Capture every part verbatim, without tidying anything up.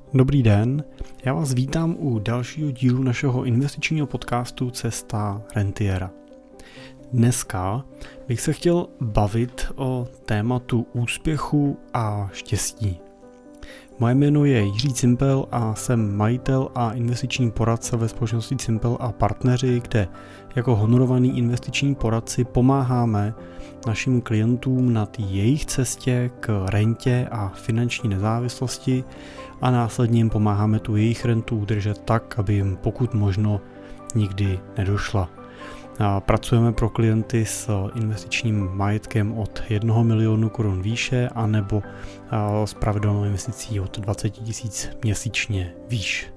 Dobrý den, já vás vítám u dalšího dílu našeho investičního podcastu Cesta rentiera. Dneska bych se chtěl bavit o tématu úspěchu a štěstí. Moje jméno je Jiří Cimpel a jsem majitel a investiční poradce ve společnosti Cimpel a partneři, kde jako honorovaný investiční poradci pomáháme našim klientům na té jejich cestě k rentě a finanční nezávislosti a následně jim pomáháme tu jejich rentu udržet tak, aby jim pokud možno nikdy nedošla. Pracujeme pro klienty s investičním majetkem od jednoho milionu korun výše anebo s pravidelnou investicí od dvacet tisíc měsíčně výš.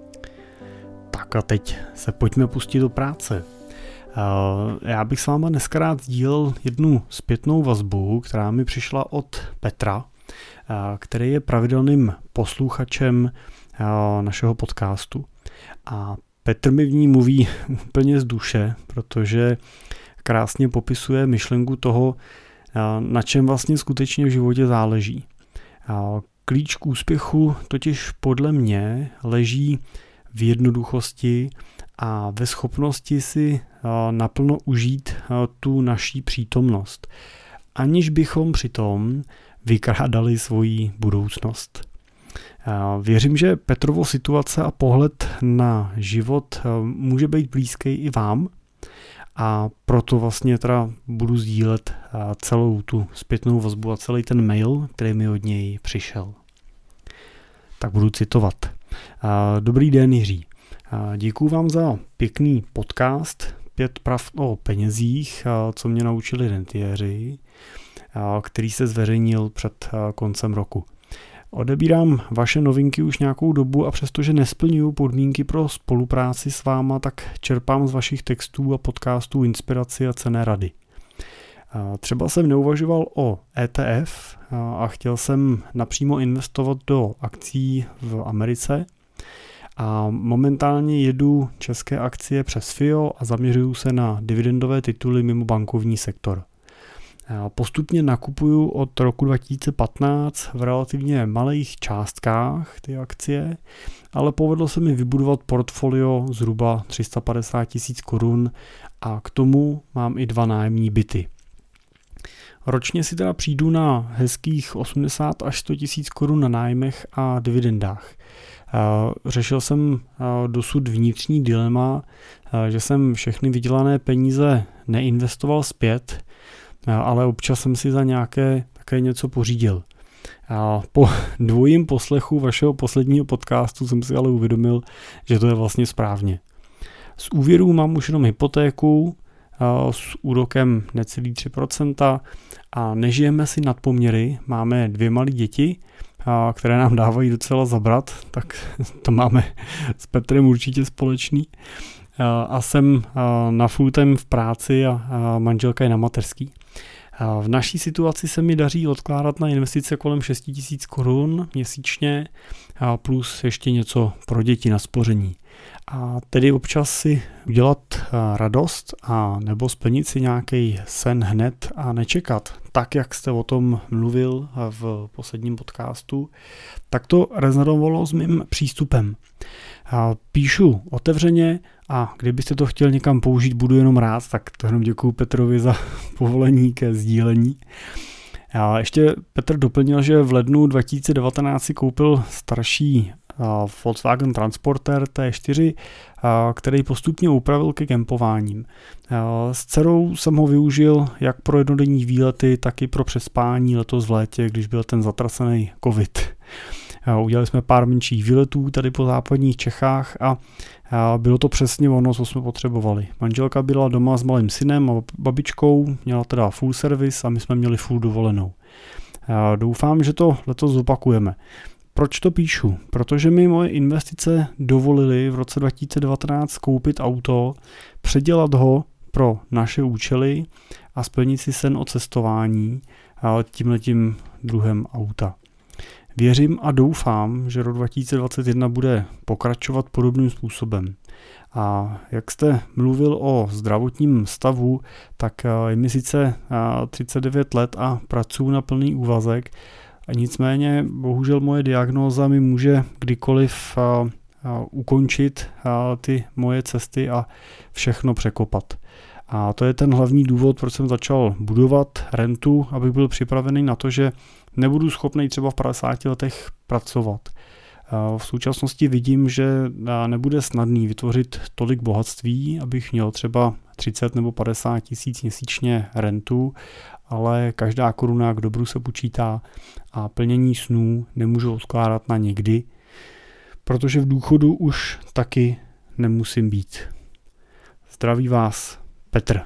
Tak a teď se pojďme pustit do práce. Já bych s váma dneska rád sdílel jednu zpětnou vazbu, která mi přišla od Petra, který je pravidelným posluchačem našeho podcastu. A Petr mi v ní mluví úplně z duše, protože krásně popisuje myšlenku toho, na čem vlastně skutečně v životě záleží. Klíč k úspěchu totiž podle mě leží v jednoduchosti a ve schopnosti si naplno užít tu naší přítomnost, aniž bychom přitom vykrádali svoji budoucnost. Věřím, že Petrovo situace a pohled na život může být blízký i vám a proto vlastně teda budu sdílet celou tu zpětnou vazbu a celý ten mail, který mi od něj přišel. Tak budu citovat. Dobrý den, Jiří. Děkuju vám za pěkný podcast Pět pravd o penězích, co mě naučili rentiéři, který se zveřejnil před koncem roku. Odebírám vaše novinky už nějakou dobu a přestože nesplňuji podmínky pro spolupráci s váma, tak čerpám z vašich textů a podcastů inspiraci a cenné rady. Třeba jsem neuvažoval o E T F a chtěl jsem napřímo investovat do akcí v Americe a momentálně jedu české akcie přes F I O a zaměřuju se na dividendové tituly mimo bankovní sektor. Postupně nakupuju od roku dva tisíce patnáct v relativně malých částkách ty akcie, ale povedlo se mi vybudovat portfolio zhruba tři sta padesát tisíc korun a k tomu mám i dva nájemní byty. Ročně si teda přijdu na hezkých osmdesát až sto tisíc korun na nájmech a dividendách. Řešil jsem dosud vnitřní dilema, že jsem všechny vydělané peníze neinvestoval zpět, ale občas jsem si za nějaké také něco pořídil. A po dvojím poslechu vašeho posledního podcastu jsem si ale uvědomil, že to je vlastně správně. Z úvěrů mám už jenom hypotéku s úrokem necelý tři procenta a nežijeme si nad poměry, máme dvě malé děti, které nám dávají docela zabrat, tak to máme s Petrem určitě společný. A jsem na full time v práci a manželka je na mateřský. V naší situaci se mi daří odkládat na investice kolem šest tisíc korun měsíčně plus ještě něco pro děti na spoření. A tedy občas si udělat radost a nebo splnit si nějaký sen hned a nečekat, tak jak jste o tom mluvil v posledním podcastu, tak to rezonovalo s mým přístupem. Píšu otevřeně a kdybyste to chtěl někam použít, budu jenom rád, tak to jenom děkuju Petrovi za povolení ke sdílení. A ještě Petr doplnil, že v lednu dva tisíce devatenáct si koupil starší Volkswagen Transporter T čtyři, který postupně upravil ke kempováním. S dcerou jsem ho využil jak pro jednodenní výlety, tak i pro přespání letos v létě, když byl ten zatracený covid. Udělali jsme pár menších výletů tady po západních Čechách a bylo to přesně ono, co jsme potřebovali. Manželka byla doma s malým synem a babičkou, měla teda full service a my jsme měli full dovolenou. Doufám, že to letos zopakujeme. Proč to píšu? Protože mi moje investice dovolily v roce dva tisíce devatenáct koupit auto, předělat ho pro naše účely a splnit si sen o cestování tímhletím druhem auta. Věřím a doufám, že rok dva tisíce dvacet jedna bude pokračovat podobným způsobem. A jak jste mluvil o zdravotním stavu, tak je mi sice třicet devět let a pracuji na plný úvazek, A nicméně bohužel moje diagnóza mi může kdykoliv ukončit ty moje cesty a všechno překopat. A to je ten hlavní důvod, proč jsem začal budovat rentu, abych byl připravený na to, že nebudu schopný třeba v padesáti letech pracovat. V současnosti vidím, že nebude snadný vytvořit tolik bohatství, abych měl třeba třicet nebo padesát tisíc měsíčně rentu, ale každá koruna k dobru se počítá a plnění snů nemůžu odkládat na někdy, protože v důchodu už taky nemusím být. Zdraví vás, Petr.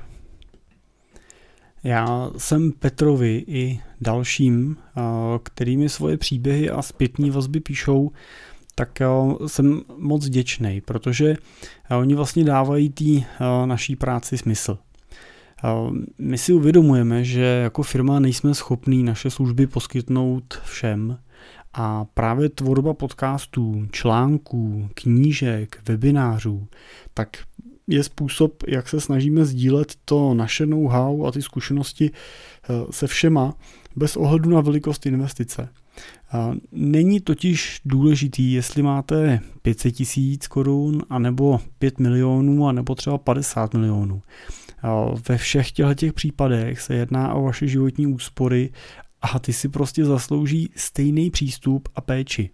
Já jsem Petrovi i dalším, kterými svoje příběhy a zpětní vazby píšou, tak jsem moc vděčný, protože oni vlastně dávají té naší práci smysl. My si uvědomujeme, že jako firma nejsme schopní naše služby poskytnout všem a právě tvorba podcastů, článků, knížek, webinářů, tak je způsob, jak se snažíme sdílet to naše know-how a ty zkušenosti se všema, bez ohledu na velikost investice. Není totiž důležitý, jestli máte pět set tisíc korun, anebo pět milionů, anebo třeba padesát milionů. Ve všech těch případech se jedná o vaše životní úspory a ty si prostě zaslouží stejný přístup a péči.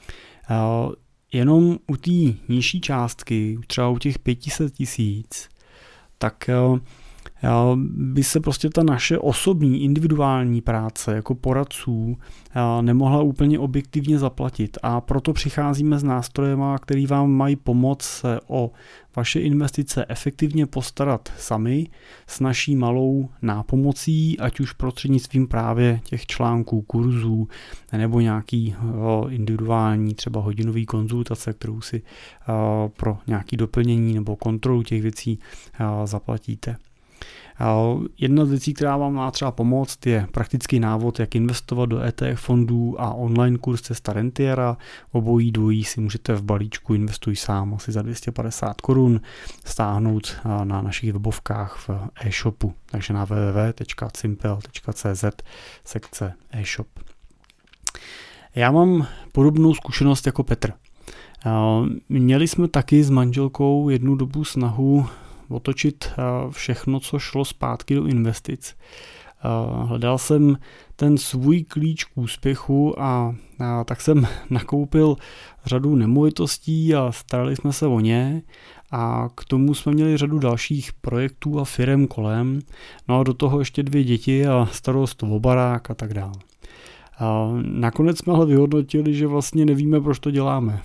Jenom u té nižší částky, třeba u těch pět set tisíc, tak by se prostě ta naše osobní, individuální práce jako poradců nemohla úplně objektivně zaplatit. A proto přicházíme s nástrojema, který vám mají pomoct se o vaše investice efektivně postarat sami s naší malou nápomocí, ať už prostřednictvím právě těch článků, kurzů nebo nějaký individuální třeba hodinový konzultace, kterou si pro nějaké doplnění nebo kontrolu těch věcí zaplatíte. Jedna z věcí, která vám má třeba pomoct, je praktický návod, jak investovat do E T F fondů a online kurz Cesta Rentiera. Obojí dvojí si můžete v balíčku Investuj sám asi za dvě stě padesát korun stáhnout na našich webovkách v e-shopu, takže na w w w tečka cimpel tečka c z sekce e-shop. Já mám podobnou zkušenost jako Petr. Měli jsme taky s manželkou jednu dobu snahu otočit všechno, co šlo zpátky do investic. Hledal jsem ten svůj klíč k úspěchu a, a tak jsem nakoupil řadu nemovitostí a starali jsme se o ně a k tomu jsme měli řadu dalších projektů a firem kolem, no a do toho ještě dvě děti a starost o barák a tak dále. A nakonec jsme ale vyhodnotili, že vlastně nevíme, proč to děláme.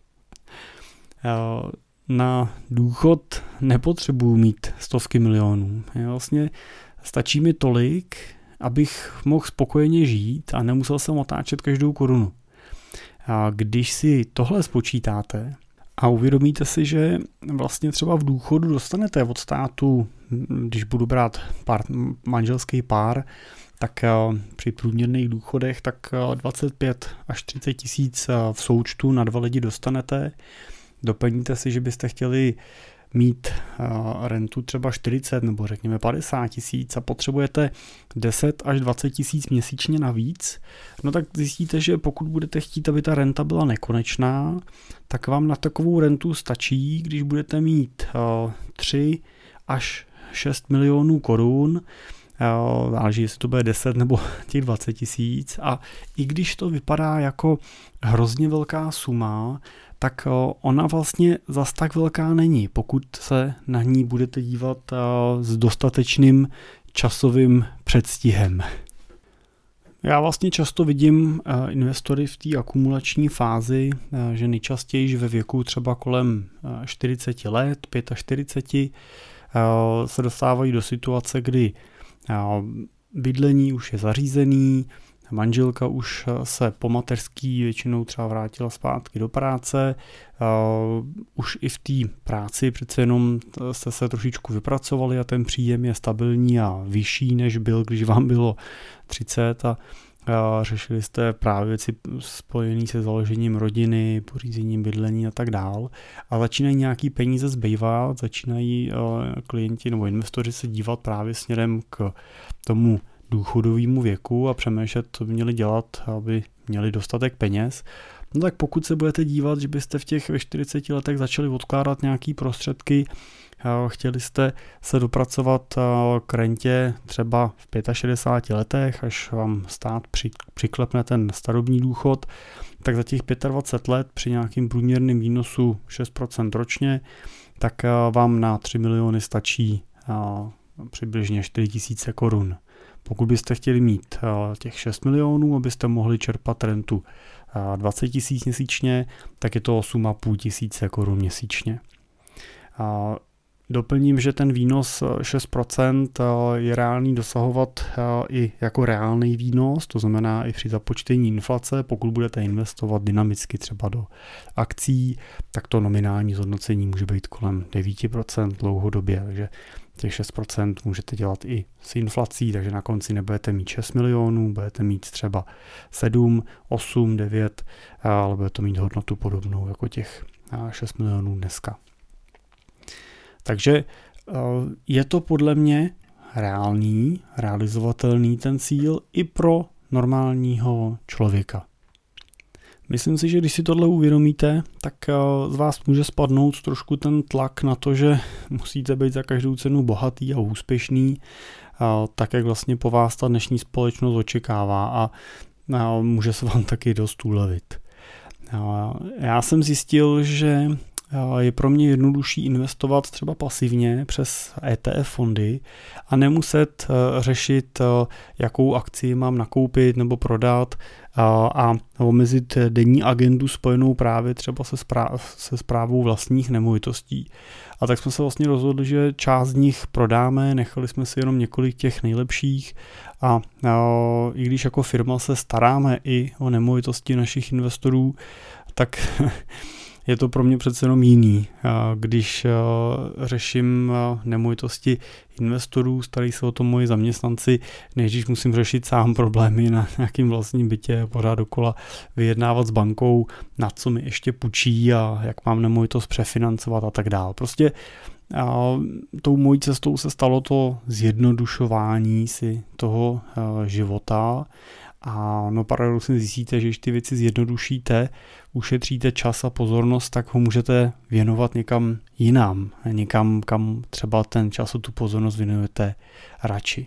A na důchod nepotřebuji mít stovky milionů. Vlastně stačí mi tolik, abych mohl spokojeně žít a nemusel jsem otáčet každou korunu. A když si tohle spočítáte a uvědomíte si, že vlastně třeba v důchodu dostanete od státu, když budu brát pár, manželský pár, tak při průměrných důchodech tak dvacet pět až třicet tisíc v součtu na dva lidi dostanete. Doplníte si, že byste chtěli mít rentu třeba čtyřicet nebo řekněme padesát tisíc a potřebujete deset až dvacet tisíc měsíčně navíc, no tak zjistíte, že pokud budete chtít, aby ta renta byla nekonečná, tak vám na takovou rentu stačí, když budete mít tři až šest milionů korun, záleží, jestli to bude deset nebo těch dvacet tisíc, a i když to vypadá jako hrozně velká suma, tak ona vlastně zas tak velká není, pokud se na ní budete dívat s dostatečným časovým předstihem. Já vlastně často vidím investory v té akumulační fázi, že nejčastěji ve věku třeba kolem čtyřicet let, čtyřicet pět se dostávají do situace, kdy bydlení už je zařízený, manželka už se po mateřský většinou třeba vrátila zpátky do práce, uh, už i v té práci přece jenom jste se trošičku vypracovali a ten příjem je stabilní a vyšší, než byl, když vám bylo třicet, a uh, řešili jste právě věci spojené se založením rodiny, pořízením bydlení a tak dál, a začínají nějaký peníze zbývat, začínají uh, klienti nebo investoři se dívat právě směrem k tomu důchodovému věku a přemýšlet, co by měli dělat, aby měli dostatek peněz, no tak pokud se budete dívat, že byste v těch ve čtyřiceti letech začali odkládat nějaký prostředky, chtěli jste se dopracovat k rentě třeba v šedesáti pěti letech, až vám stát přiklepne ten starobní důchod, tak za těch dvacet pět let při nějakým průměrným výnosu šest procent ročně, tak vám na tři miliony stačí přibližně čtyři tisíce korun. Pokud byste chtěli mít těch šest milionů, abyste mohli čerpat rentu dvacet tisíc měsíčně, tak je to osm a půl tisíce korun měsíčně. Doplním, že ten výnos šest procent je reálný dosahovat i jako reálný výnos, to znamená i při započtení inflace, pokud budete investovat dynamicky třeba do akcí, tak to nominální zhodnocení může být kolem devět procent dlouhodobě, takže těch šest procent můžete dělat i s inflací, takže na konci nebudete mít šest milionů, budete mít třeba sedm, osm, devět, ale budete mít hodnotu podobnou jako těch šest milionů dneska. Takže je to podle mě reálný, realizovatelný ten cíl i pro normálního člověka. Myslím si, že když si tohle uvědomíte, tak z vás může spadnout trošku ten tlak na to, že musíte být za každou cenu bohatý a úspěšný, tak jak vlastně po vás ta dnešní společnost očekává a může se vám taky dost ulevit. Já jsem zjistil, že je pro mě jednodušší investovat třeba pasivně přes E T F fondy a nemuset řešit, jakou akci mám nakoupit nebo prodat a omezit denní agendu spojenou právě třeba se, správ, se správou vlastních nemovitostí. A tak jsme se vlastně rozhodli, že část z nich prodáme, nechali jsme si jenom několik těch nejlepších a, a i když jako firma se staráme i o nemovitosti našich investorů, tak je to pro mě přece jenom jiný, když řeším nemovitosti investorů, starají se o to moji zaměstnanci, než když musím řešit sám problémy na nějakým vlastním bytě, pořád dokola vyjednávat s bankou, na co mi ještě půjčí a jak mám nemovitost přefinancovat a tak dál. Prostě a tou mojí cestou se stalo to zjednodušování si toho života. A no paradoxně zjistíte, že když ty věci zjednodušíte, ušetříte čas a pozornost, tak ho můžete věnovat někam jinam, někam, kam třeba ten čas a tu pozornost věnujete radši.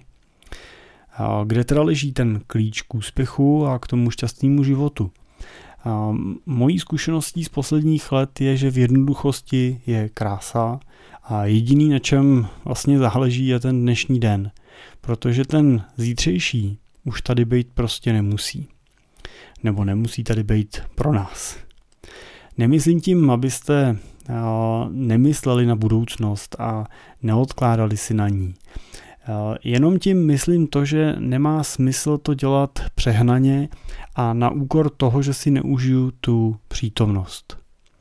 A kde teda leží ten klíč k úspěchu a k tomu šťastnému životu? A mojí zkušeností z posledních let je, že v jednoduchosti je krása a jediný, na čem vlastně záleží, je ten dnešní den, protože ten zítřejší už tady být prostě nemusí. Nebo nemusí tady být pro nás. Nemyslím tím, abyste nemysleli na budoucnost a neodkládali si na ní. Jenom tím myslím to, že nemá smysl to dělat přehnaně a na úkor toho, že si neužiju tu přítomnost.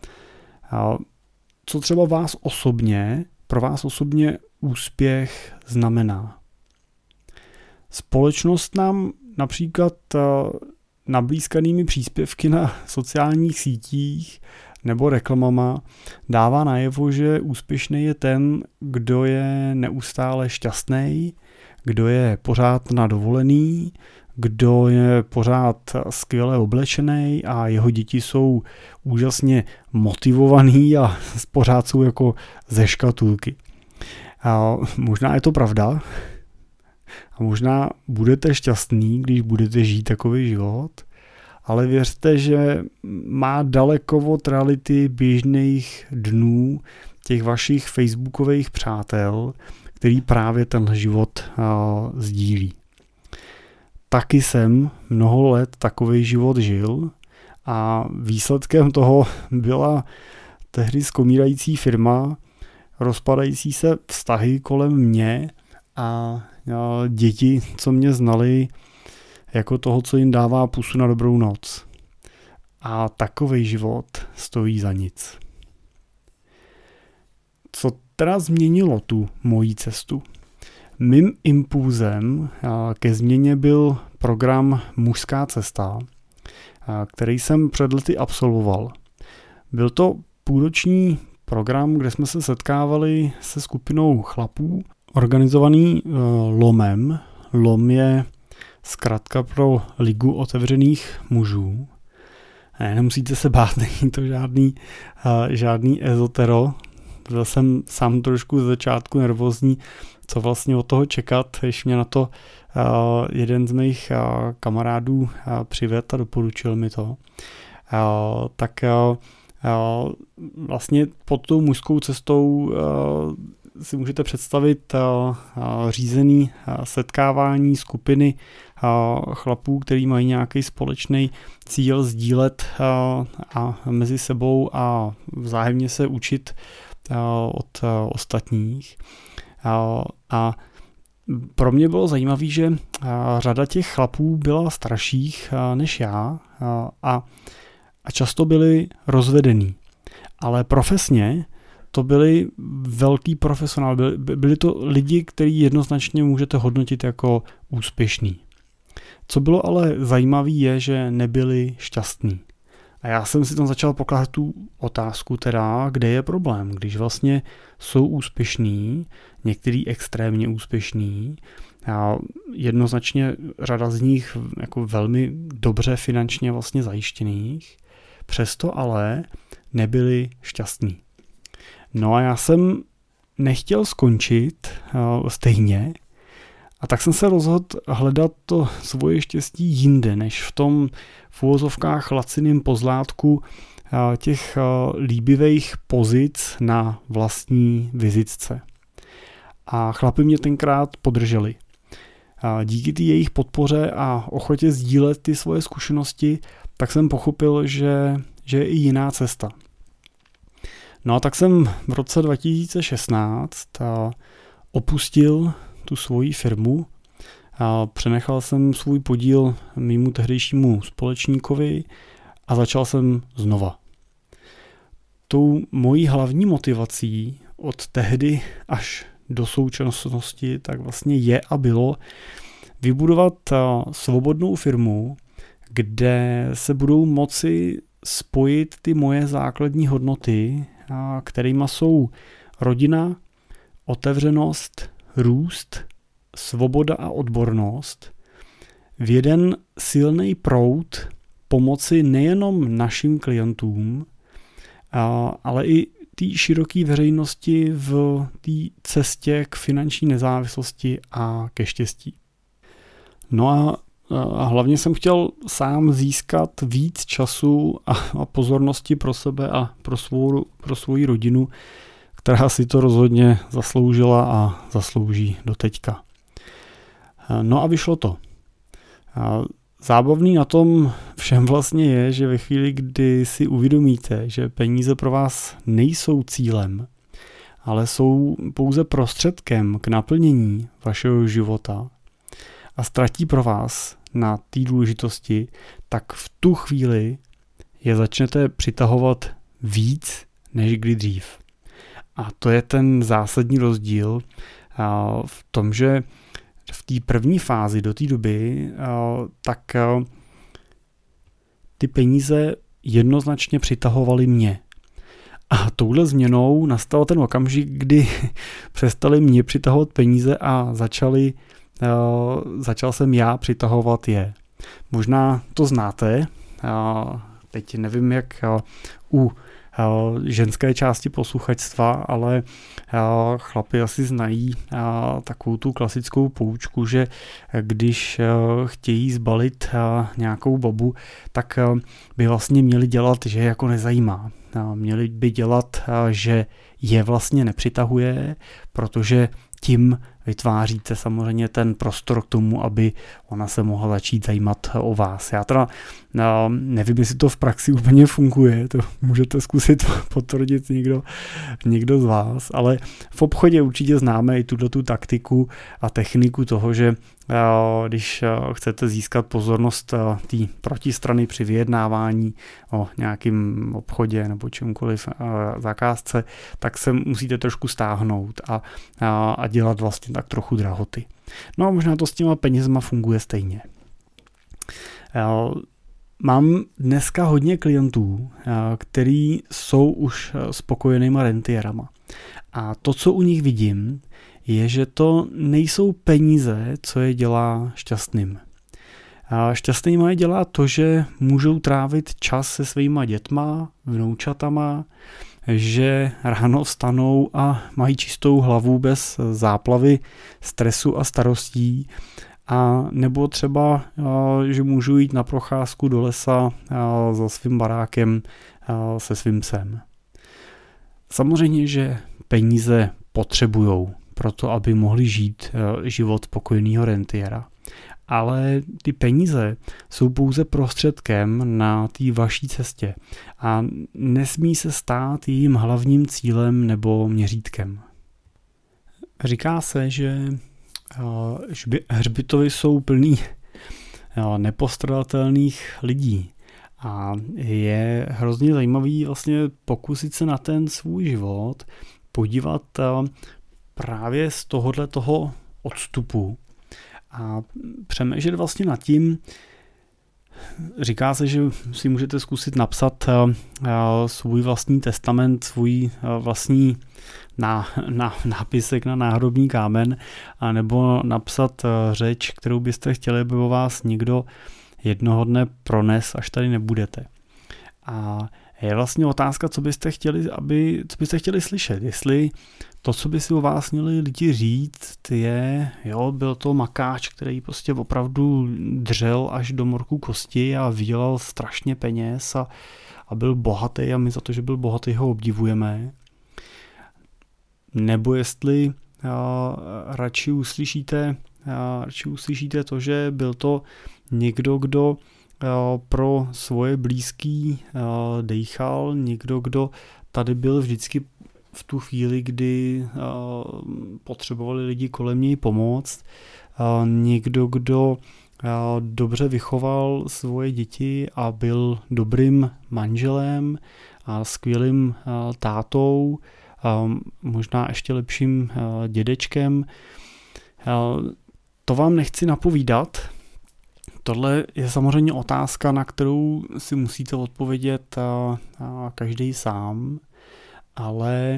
Co třeba vás osobně, pro vás osobně úspěch znamená? Společnost nám například nablízkanými příspěvky na sociálních sítích nebo reklamama dává najevo, že úspěšný je ten, kdo je neustále šťastný, kdo je pořád na dovolený, kdo je pořád skvěle oblečený a jeho děti jsou úžasně motivovaný a pořád jsou jako ze škatulky. A možná je to pravda, a možná budete šťastný, když budete žít takový život, ale věřte, že má daleko od reality běžných dnů těch vašich facebookových přátel, který právě ten život uh, sdílí. Taky jsem mnoho let takový život žil a výsledkem toho byla tehdy skomírající firma, rozpadající se vztahy kolem mě a děti, co mě znali jako toho, co jim dává pusu na dobrou noc. A takovej život stojí za nic. Co teda změnilo tu moji cestu? Mým impulzem ke změně byl program Mužská cesta, který jsem před lety absolvoval. Byl to půlroční program, kde jsme se setkávali se skupinou chlapů, organizovaný uh, LOMem. LOM je zkratka pro Ligu otevřených mužů. Ne, nemusíte se bát, není to žádný, žádný ezotero. Byl jsem sám trošku z začátku nervózní, co vlastně od toho čekat, když mě na to jeden z mých kamarádů přivedl a doporučil mi to. Tak vlastně pod tou mužskou cestou si můžete představit řízený setkávání skupiny chlapů, který mají nějaký společný cíl sdílet a mezi sebou a vzájemně se učit od ostatních. A pro mě bylo zajímavé, že řada těch chlapů byla starších než já a, a často byli rozvedení. Ale profesně to byli velký profesionál, byli, byli to lidi, který jednoznačně můžete hodnotit jako úspěšný. Co bylo ale zajímavé je, že nebyli šťastní. A já jsem si tam začal pokládat tu otázku teda, kde je problém, když vlastně jsou úspěšní, některý extrémně úspěšní, a jednoznačně řada z nich jako velmi dobře finančně vlastně zajištěných, přesto ale nebyli šťastní. No a já jsem nechtěl skončit uh, stejně, a tak jsem se rozhodl hledat to svoje štěstí jinde, než v tom v uvozovkách laciným pozlátku těch líbivých pozic na vlastní vizitce. A chlapi mě tenkrát podrželi. A díky té jejich podpoře a ochotě sdílet ty svoje zkušenosti, tak jsem pochopil, že, že je i jiná cesta. No a tak jsem v roce dva tisíce šestnáct opustil tu svoji firmu a přenechal jsem svůj podíl mému tehdejšímu společníkovi a začal jsem znova. Tou mojí hlavní motivací od tehdy až do současnosti tak vlastně je a bylo vybudovat svobodnou firmu, kde se budou moci spojit ty moje základní hodnoty, kterýma jsou rodina, otevřenost, růst, svoboda a odbornost v jeden silný proud pomoci nejenom našim klientům, ale i té široké veřejnosti v té cestě k finanční nezávislosti a ke štěstí. No a, a hlavně jsem chtěl sám získat víc času a, a pozornosti pro sebe a pro svou, pro svou rodinu, která si to rozhodně zasloužila a zaslouží doteďka. No a vyšlo to. Zábavný na tom všem vlastně je, že ve chvíli, kdy si uvědomíte, že peníze pro vás nejsou cílem, ale jsou pouze prostředkem k naplnění vašeho života a ztratí pro vás na té důležitosti, tak v tu chvíli je začnete přitahovat víc než kdy dřív. A to je ten zásadní rozdíl v tom, že v té první fázi do té doby tak ty peníze jednoznačně přitahovaly mě. A touhle změnou nastal ten okamžik, kdy přestali mě přitahovat peníze a začali, začal jsem já přitahovat je. Možná to znáte, teď nevím jak u ženské části posluchačstva, ale chlapi asi znají takovou tu klasickou poučku, že když chtějí zbalit nějakou babu, tak by vlastně měli dělat, že je jako nezajímá. Měli by dělat, že je vlastně nepřitahuje, protože tím vytváříte samozřejmě ten prostor k tomu, aby ona se mohla začít zajímat o vás. Já teda nevím, jestli to v praxi úplně funguje, to můžete zkusit potvrdit někdo, někdo z vás, ale v obchodě určitě známe i tuto taktiku a techniku toho, že když chcete získat pozornost té protistrany při vyjednávání o nějakém obchodě nebo čemkoliv zakázce, tak se musíte trošku stáhnout a, a dělat vlastně tak trochu drahoty. No a možná to s těma penězma funguje stejně. Mám dneska hodně klientů, který jsou už spokojenýma rentierama. A to, co u nich vidím, je, že to nejsou peníze, co je dělá šťastným. Šťastnýma je dělá to, že můžou trávit čas se svýma dětma, vnoučatama, že ráno vstanou a mají čistou hlavu bez záplavy stresu a starostí, a nebo třeba, že můžu jít na procházku do lesa za svým barákem se svým psem. Samozřejmě, že peníze potřebujou proto, aby mohli žít život pokojného rentiera. Ale ty peníze jsou pouze prostředkem na té vaší cestě a nesmí se stát jejím hlavním cílem nebo měřítkem. Říká se, že hřbitovy jsou plný nepostradatelných lidí a je hrozně zajímavý vlastně pokusit se na ten svůj život podívat právě z tohohle toho odstupu a přemýšlet vlastně nad tím. Říká se, že si můžete zkusit napsat svůj vlastní testament, svůj vlastní ná, ná, nápisek na náhrobní kámen, anebo napsat řeč, kterou byste chtěli, aby o vás někdo jednoho dne prones, až tady nebudete. A je vlastně otázka, co byste chtěli, aby, co byste chtěli slyšet. Jestli to, co by si o vás měli lidi říct, je, jo, byl to makáč, který prostě opravdu dřel až do morku kosti a vydělal strašně peněz a, a byl bohatý a my za to, že byl bohatý, ho obdivujeme. Nebo jestli a, radši uslyšíte, a, radši uslyšíte to, že byl to někdo, kdo pro svoje blízký dejchal, někdo, kdo tady byl vždycky v tu chvíli, kdy potřebovali lidi kolem něj pomoct, někdo, kdo dobře vychoval svoje děti a byl dobrým manželem a skvělým tátou, možná ještě lepším dědečkem. To vám nechci napovídat. Tohle je samozřejmě otázka, na kterou si musíte odpovědět každý sám, ale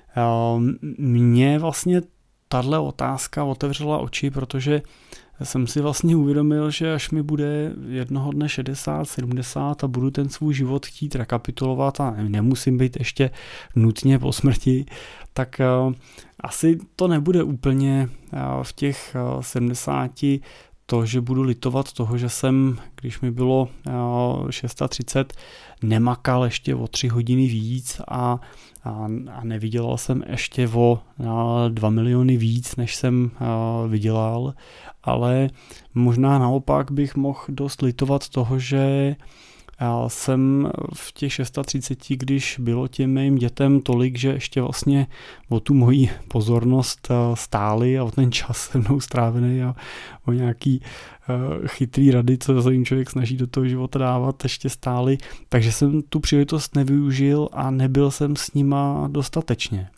mě vlastně tahle otázka otevřela oči, protože jsem si vlastně uvědomil, že až mi bude jednoho dne šedesát, sedmdesát a budu ten svůj život chtít rekapitulovat a nemusím být ještě nutně po smrti, tak asi to nebude úplně v těch sedmdesáti to, že budu litovat toho, že jsem, když mi bylo třicet šest, nemakal ještě o tři hodiny víc a, a, a nevydělal jsem ještě o dva miliony víc, než jsem vydělal, ale možná naopak bych mohl dost litovat toho, že já jsem v těch třiceti šesti, když bylo těm mým dětem tolik, že ještě vlastně o tu moji pozornost stáli a o ten čas se mnou strávený a o nějaký chytrý rady, co se jim člověk snaží do toho života dávat, ještě stáli. Takže jsem tu příležitost nevyužil a nebyl jsem s nima dostatečně.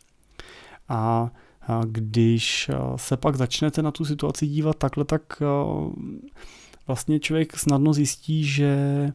A když se pak začnete na tu situaci dívat takhle, tak vlastně člověk snadno zjistí, že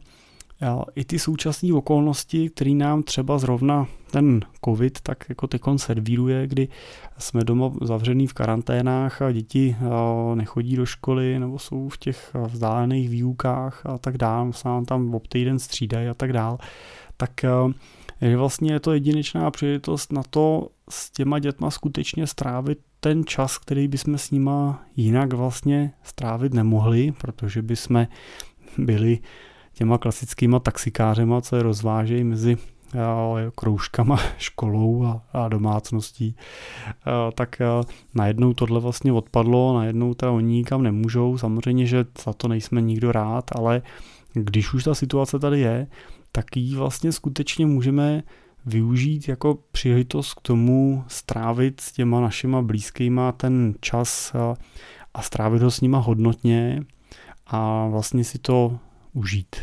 i ty současné okolnosti, které nám třeba zrovna ten covid tak jako tekon servíruje, kdy jsme doma zavřený v karanténách a děti nechodí do školy nebo jsou v těch vzdálených výukách a tak dále, se nám tam ob týden střídají a tak dále, tak je vlastně je to jedinečná příležitost na to s těma dětma skutečně strávit ten čas, který bychom s nima jinak vlastně strávit nemohli, protože bychom byli těma klasickýma taxikářema, co je rozvážejí mezi kroužkama, školou a, a domácností, tak najednou tohle vlastně odpadlo, najednou ta oni nikam nemůžou, samozřejmě, že za to nejsme nikdo rád, ale když už ta situace tady je, tak ji vlastně skutečně můžeme využít jako příležitost k tomu strávit s těma našima blízkýma ten čas a, a strávit ho s nima hodnotně a vlastně si to užít.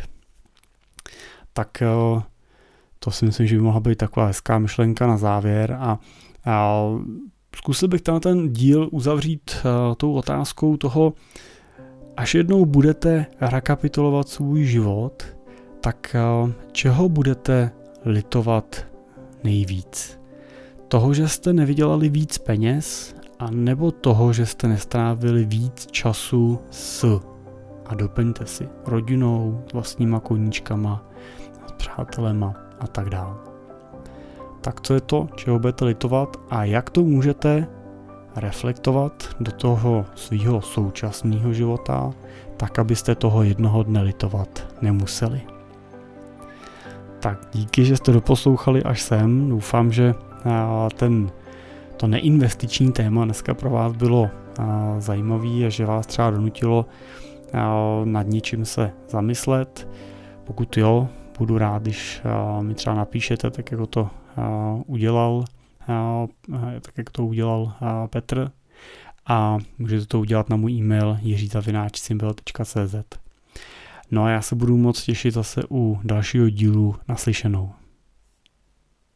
Tak to si myslím, že by mohla být taková hezká myšlenka na závěr a, a zkusil bych tam ten díl uzavřít uh, tou otázkou toho, až jednou budete rekapitulovat svůj život, tak uh, čeho budete litovat nejvíc? Toho, že jste nevydělali víc peněz, a nebo toho, že jste nestrávili víc času s a doplňte si rodinou, vlastníma koníčkama, s přátelema a tak dále. Tak co je to, čeho budete litovat a jak to můžete reflektovat do toho svého současného života, tak abyste toho jednoho dne litovat nemuseli. Tak díky, že jste doposlouchali až sem. Doufám, že ten, to neinvestiční téma dneska pro vás bylo zajímavý a že vás třeba donutilo nad něčím se zamyslet. Pokud jo, budu rád, když mi třeba napíšete, tak jako to udělal, tak jak to udělal Petr. A můžete to udělat na můj e-mail jiří zavináč symbol tečka cé zet. No a já se budu moc těšit zase u dalšího dílu. Naslyšenou.